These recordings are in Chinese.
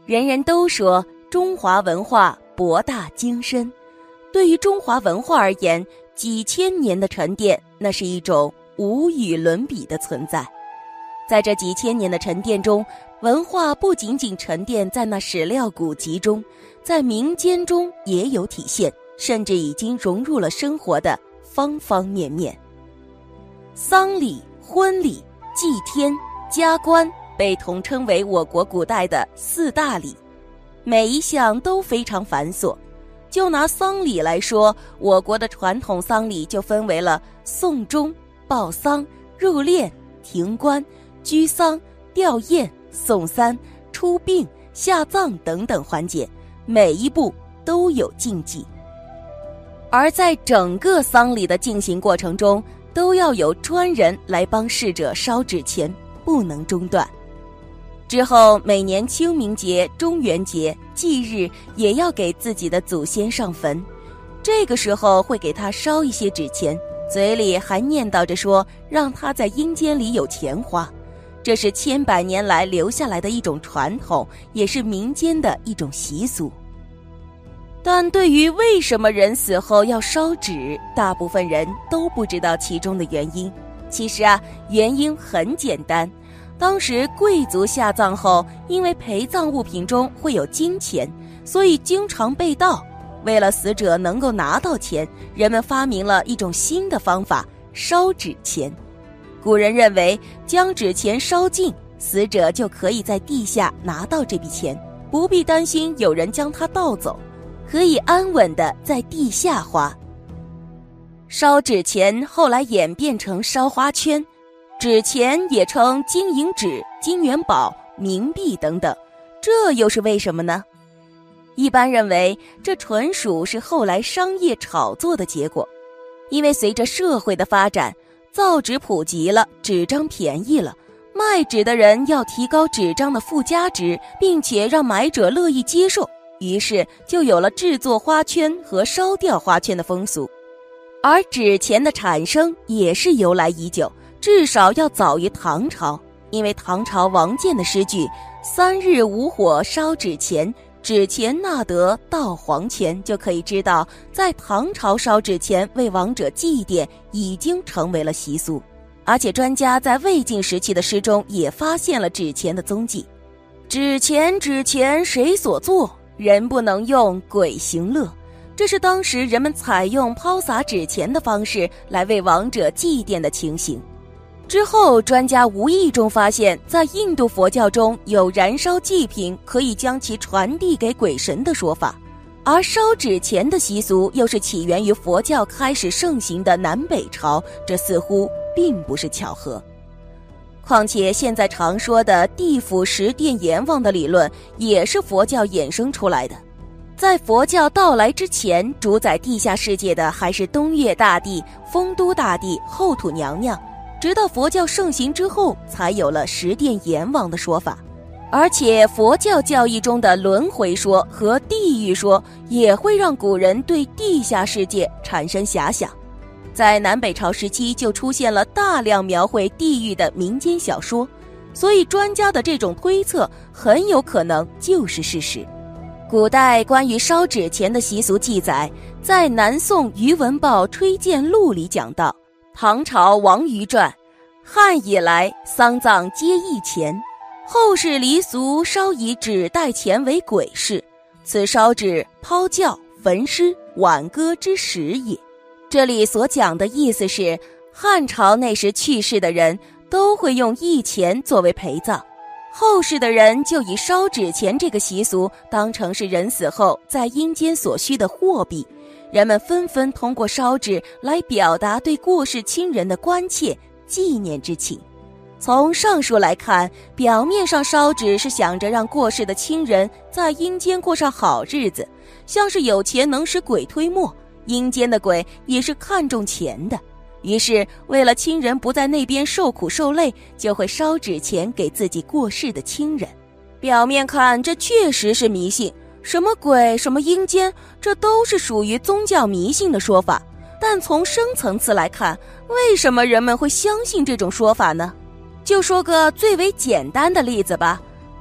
人人都说中华文化博大精深，对于中华文化而言，几千年的沉淀，那是一种无与伦比的存在。在这几千年的沉淀中，文化不仅仅沉淀在那史料古籍中，在民间中也有体现，甚至已经融入了生活的方方面面。丧礼、婚礼、祭天、加冠被统称为我国古代的四大礼，每一项都非常繁琐。就拿丧礼来说，我国的传统丧礼就分为了送终、报丧、入殓、停棺、居丧、吊唁、送丧、出殡、下葬等等环节，每一步都有禁忌。而在整个丧礼的进行过程中，都要有专人来帮逝者烧纸钱，不能中断。之后每年清明节、中元节、忌日也要给自己的祖先上坟，这个时候会给他烧一些纸钱，嘴里还念叨着说让他在阴间里有钱花。这是千百年来留下来的一种传统，也是民间的一种习俗。但对于为什么人死后要烧纸，大部分人都不知道其中的原因。其实原因很简单，当时贵族下葬后，因为陪葬物品中会有金钱，所以经常被盗。为了死者能够拿到钱，人们发明了一种新的方法，烧纸钱。古人认为将纸钱烧尽，死者就可以在地下拿到这笔钱，不必担心有人将它盗走，可以安稳地在地下花。烧纸钱后来演变成烧花圈，纸钱也称金银纸、金元宝、冥币等等，这又是为什么呢？一般认为这纯属是后来商业炒作的结果，因为随着社会的发展，造纸普及了，纸张便宜了，卖纸的人要提高纸张的附加值，并且让买者乐意接受，于是就有了制作花圈和烧掉花圈的风俗。而纸钱的产生也是由来已久，至少要早于唐朝，因为唐朝王建的诗句3日无火烧纸钱，纸钱纳得到黄泉，就可以知道在唐朝烧纸钱为亡者祭奠已经成为了习俗。而且专家在魏晋时期的诗中也发现了纸钱的踪迹。纸钱谁所作？人不能用，鬼行乐。这是当时人们采用抛洒纸钱的方式来为亡者祭奠的情形。之后专家无意中发现，在印度佛教中有燃烧祭品可以将其传递给鬼神的说法，而烧纸钱的习俗又是起源于佛教开始盛行的南北朝，这似乎并不是巧合。况且现在常说的地府十殿阎王的理论也是佛教衍生出来的。在佛教到来之前，主宰地下世界的还是东岳大帝、酆都大帝、后土娘娘，直到佛教盛行之后，才有了十殿阎王的说法。而且佛教教义中的轮回说和地狱说也会让古人对地下世界产生遐想。在南北朝时期就出现了大量描绘地狱的民间小说，所以专家的这种推测很有可能就是事实。古代关于烧纸钱的习俗记载，在南宋余文豹《吹荐录》里讲到，唐朝王余传，汉以来丧葬皆易钱，后世离俗稍以纸代钱为鬼事，此烧纸、抛轿、焚尸、挽歌之始也。这里所讲的意思是，汉朝那时去世的人都会用义钱作为陪葬，后世的人就以烧纸钱这个习俗当成是人死后在阴间所需的货币，人们纷纷通过烧纸来表达对过世亲人的关切、纪念之情。从上述来看，表面上烧纸是想着让过世的亲人在阴间过上好日子，像是有钱能使鬼推磨，阴间的鬼也是看重钱的，于是为了亲人不在那边受苦受累，就会烧纸钱给自己过世的亲人。表面看这确实是迷信，什么鬼什么阴间，这都是属于宗教迷信的说法，但从深层次来看，为什么人们会相信这种说法呢？就说个最为简单的例子吧，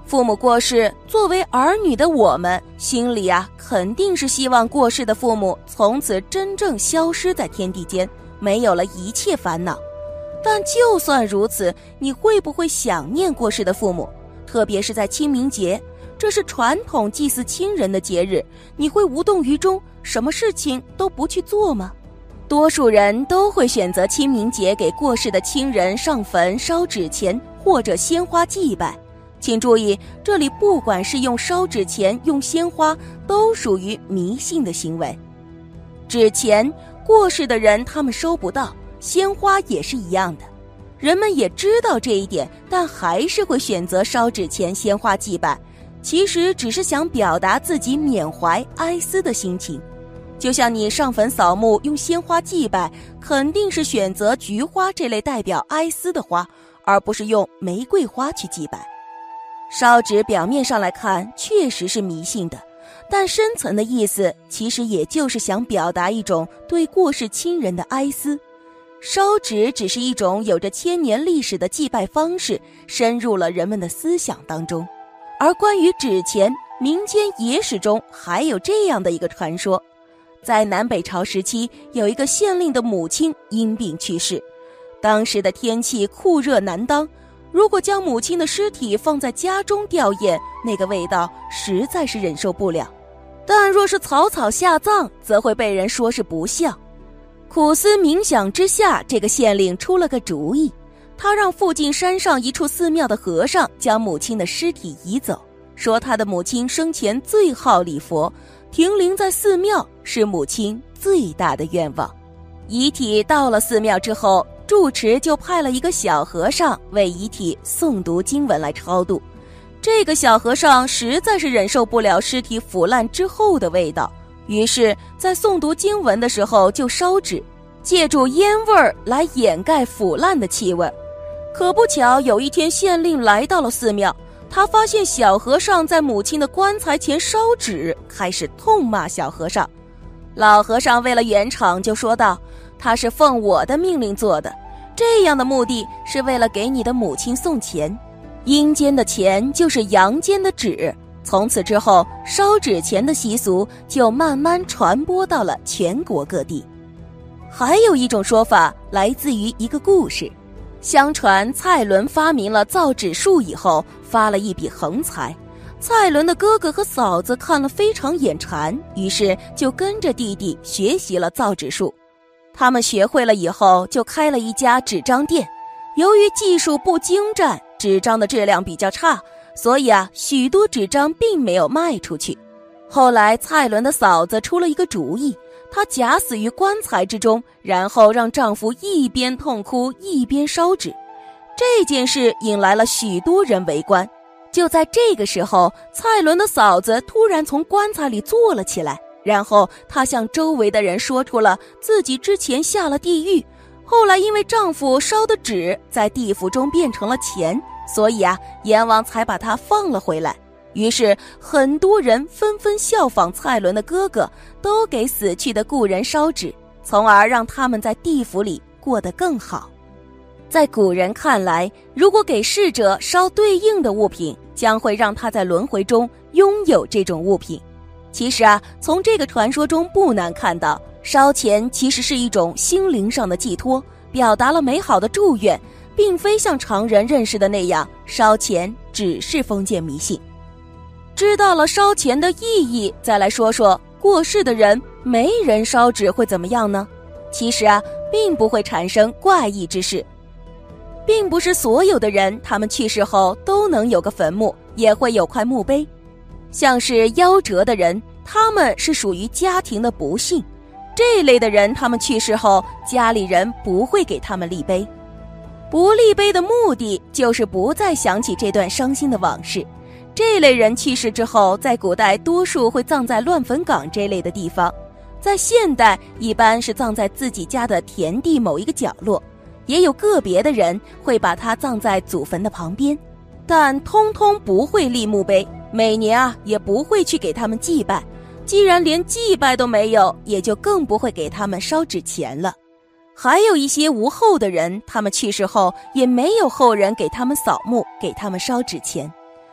父母过世，作为儿女的我们心里肯定是希望过世的父母从此真正消失在天地间，没有了一切烦恼。但就算如此，你会不会想念过世的父母？特别是在清明节，这是传统祭祀亲人的节日，你会无动于衷，什么事情都不去做吗？多数人都会选择清明节给过世的亲人上坟、烧纸钱或者鲜花祭拜。请注意，这里不管是用烧纸钱、用鲜花，都属于迷信的行为。纸钱，过世的人他们收不到，鲜花也是一样的。人们也知道这一点，但还是会选择烧纸钱、鲜花祭拜，其实只是想表达自己缅怀、哀思的心情。就像你上坟扫墓用鲜花祭拜，肯定是选择菊花这类代表哀思的花，而不是用玫瑰花去祭拜。烧纸表面上来看确实是迷信的，但深层的意思其实也就是想表达一种对过世亲人的哀思。烧纸只是一种有着千年历史的祭拜方式，深入了人们的思想当中。而关于纸钱，民间野史中还有这样的一个传说。在南北朝时期，有一个县令的母亲因病去世，当时的天气酷热难当，如果将母亲的尸体放在家中吊唁，那个味道实在是忍受不了。但若是草草下葬，则会被人说是不孝。苦思冥想之下，这个县令出了个主意，他让附近山上一处寺庙的和尚将母亲的尸体移走，说他的母亲生前最好礼佛，停灵在寺庙是母亲最大的愿望。遗体到了寺庙之后，住持就派了一个小和尚为遗体诵读经文来超度。这个小和尚实在是忍受不了尸体腐烂之后的味道，于是在诵读经文的时候就烧纸，借助烟味儿来掩盖腐烂的气味。可不巧，有一天县令来到了寺庙，他发现小和尚在母亲的棺材前烧纸，开始痛骂小和尚。老和尚为了圆场就说道，他是奉我的命令做的，这样的目的是为了给你的母亲送钱，阴间的钱就是阳间的纸。从此之后，烧纸钱的习俗就慢慢传播到了全国各地。还有一种说法来自于一个故事，相传蔡伦发明了造纸术以后，发了一笔横财。蔡伦的哥哥和嫂子看了非常眼馋，于是就跟着弟弟学习了造纸术。他们学会了以后，就开了一家纸张店。由于技术不精湛，纸张的质量比较差，所以许多纸张并没有卖出去。后来蔡伦的嫂子出了一个主意，她假死于棺材之中，然后让丈夫一边痛哭一边烧纸。这件事引来了许多人围观。就在这个时候，蔡伦的嫂子突然从棺材里坐了起来，然后她向周围的人说出了自己之前下了地狱，后来因为丈夫烧的纸在地府中变成了钱，所以阎王才把她放了回来。于是很多人纷纷效仿蔡伦的哥哥，都给死去的故人烧纸，从而让他们在地府里过得更好。在古人看来，如果给逝者烧对应的物品，将会让他在轮回中拥有这种物品。其实从这个传说中不难看到，烧钱其实是一种心灵上的寄托，表达了美好的祝愿，并非像常人认识的那样，烧钱只是封建迷信。知道了烧钱的意义，再来说说过世的人没人烧纸会怎么样呢？其实并不会产生怪异之事。并不是所有的人他们去世后都能有个坟墓，也会有块墓碑。像是夭折的人，他们是属于家庭的不幸，这类的人他们去世后，家里人不会给他们立碑。不立碑的目的就是不再想起这段伤心的往事。这类人去世之后，在古代多数会葬在乱坟岗这类的地方，在现代一般是葬在自己家的田地某一个角落，也有个别的人会把它葬在祖坟的旁边，但通通不会立墓碑，每年也不会去给他们祭拜。既然连祭拜都没有，也就更不会给他们烧纸钱了。还有一些无后的人，他们去世后也没有后人给他们扫墓，给他们烧纸钱。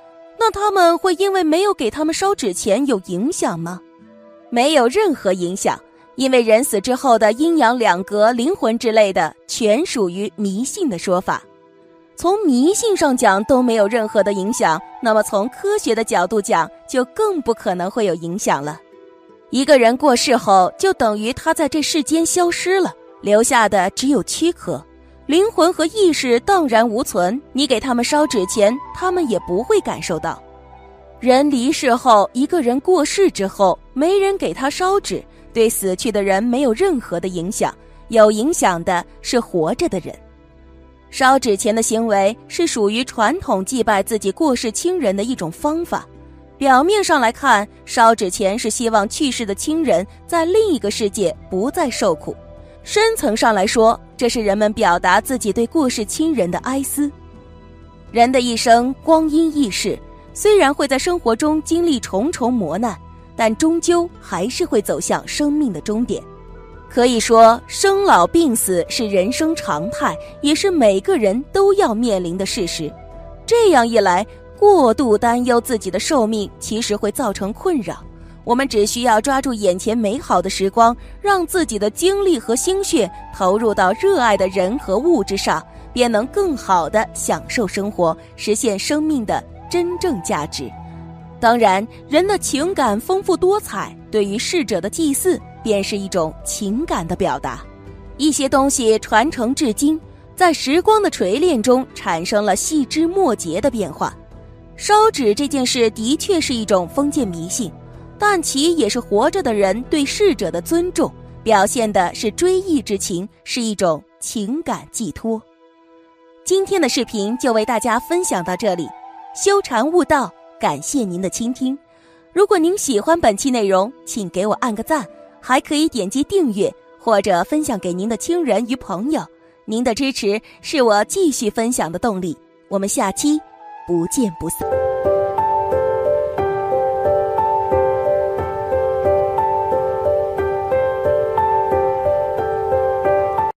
那他们会因为没有给他们烧纸钱有影响吗？没有任何影响，因为人死之后的阴阳两隔、灵魂之类的，全属于迷信的说法。从迷信上讲都没有任何的影响，那么从科学的角度讲，就更不可能会有影响了。一个人过世后，就等于他在这世间消失了，留下的只有躯壳，灵魂和意识荡然无存，你给他们烧纸钱，他们也不会感受到。人离世后，一个人过世之后，没人给他烧纸，对死去的人没有任何的影响，有影响的是活着的人。烧纸钱的行为是属于传统祭拜自己过世亲人的一种方法。表面上来看，烧纸钱是希望去世的亲人在另一个世界不再受苦，深层上来说，这是人们表达自己对过世亲人的哀思。人的一生光阴易逝，虽然会在生活中经历重重磨难，但终究还是会走向生命的终点。可以说，生老病死是人生常态，也是每个人都要面临的事实。这样一来，过度担忧自己的寿命其实会造成困扰。我们只需要抓住眼前美好的时光，让自己的精力和心血投入到热爱的人和物之上，便能更好地享受生活，实现生命的真正价值。当然，人的情感丰富多彩，对于逝者的祭祀便是一种情感的表达。一些东西传承至今，在时光的锤炼中产生了细枝末节的变化。烧纸这件事的确是一种封建迷信，但其也是活着的人对逝者的尊重，表现的是追忆之情，是一种情感寄托。今天的视频就为大家分享到这里，修禅悟道，感谢您的倾听。如果您喜欢本期内容，请给我按个赞，还可以点击订阅或者分享给您的亲人与朋友。您的支持是我继续分享的动力。我们下期不见不散。